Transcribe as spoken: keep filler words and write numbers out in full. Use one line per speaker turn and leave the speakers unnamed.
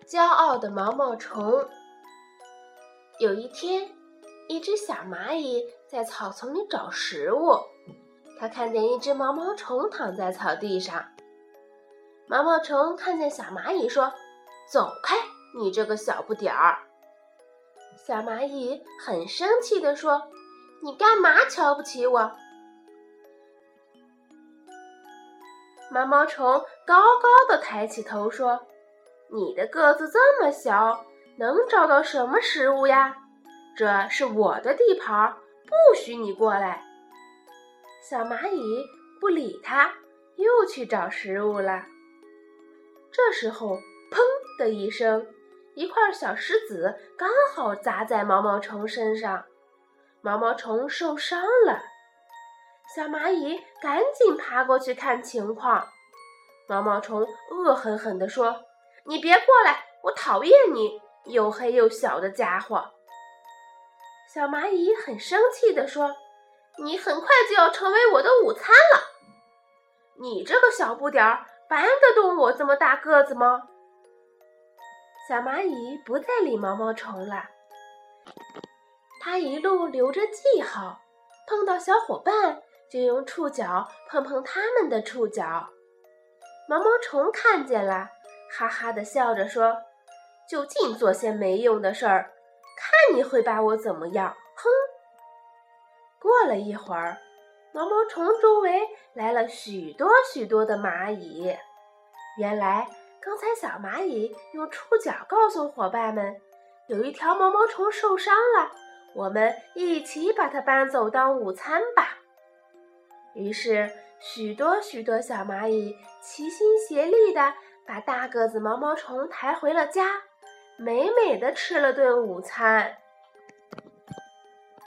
骄傲的毛毛虫。有一天，一只小蚂蚁在草丛里找食物，它看见一只毛毛虫躺在草地上。毛毛虫看见小蚂蚁说：“走开，你这个小不点儿！”小蚂蚁很生气地说：“你干嘛瞧不起我？”毛毛虫高高地抬起头说：“你的个子这么小，能找到什么食物呀？这是我的地盘，不许你过来。”小蚂蚁不理它，又去找食物了。这时候，砰的一声，一块小石子刚好砸在毛毛虫身上，毛毛虫受伤了。小蚂蚁赶紧爬过去看情况。毛毛虫恶狠狠地说：“你别过来，我讨厌你，又黑又小的家伙。”小蚂蚁很生气地说：“你很快就要成为我的午餐了。你这个小不点儿，搬得动我这么大个子吗？”小蚂蚁不再理毛毛虫了，它一路留着记号，碰到小伙伴就用触角碰碰它们的触角。毛毛虫看见了，哈哈地笑着说：“就净做些没用的事儿，看你会把我怎么样！”哼！过了一会儿，毛毛虫周围来了许多许多的蚂蚁。原来刚才小蚂蚁用触角告诉伙伴们，有一条毛毛虫受伤了，我们一起把它搬走当午餐吧。于是许多许多小蚂蚁齐心协力地把大个子毛毛虫抬回了家，美美地吃了顿午餐。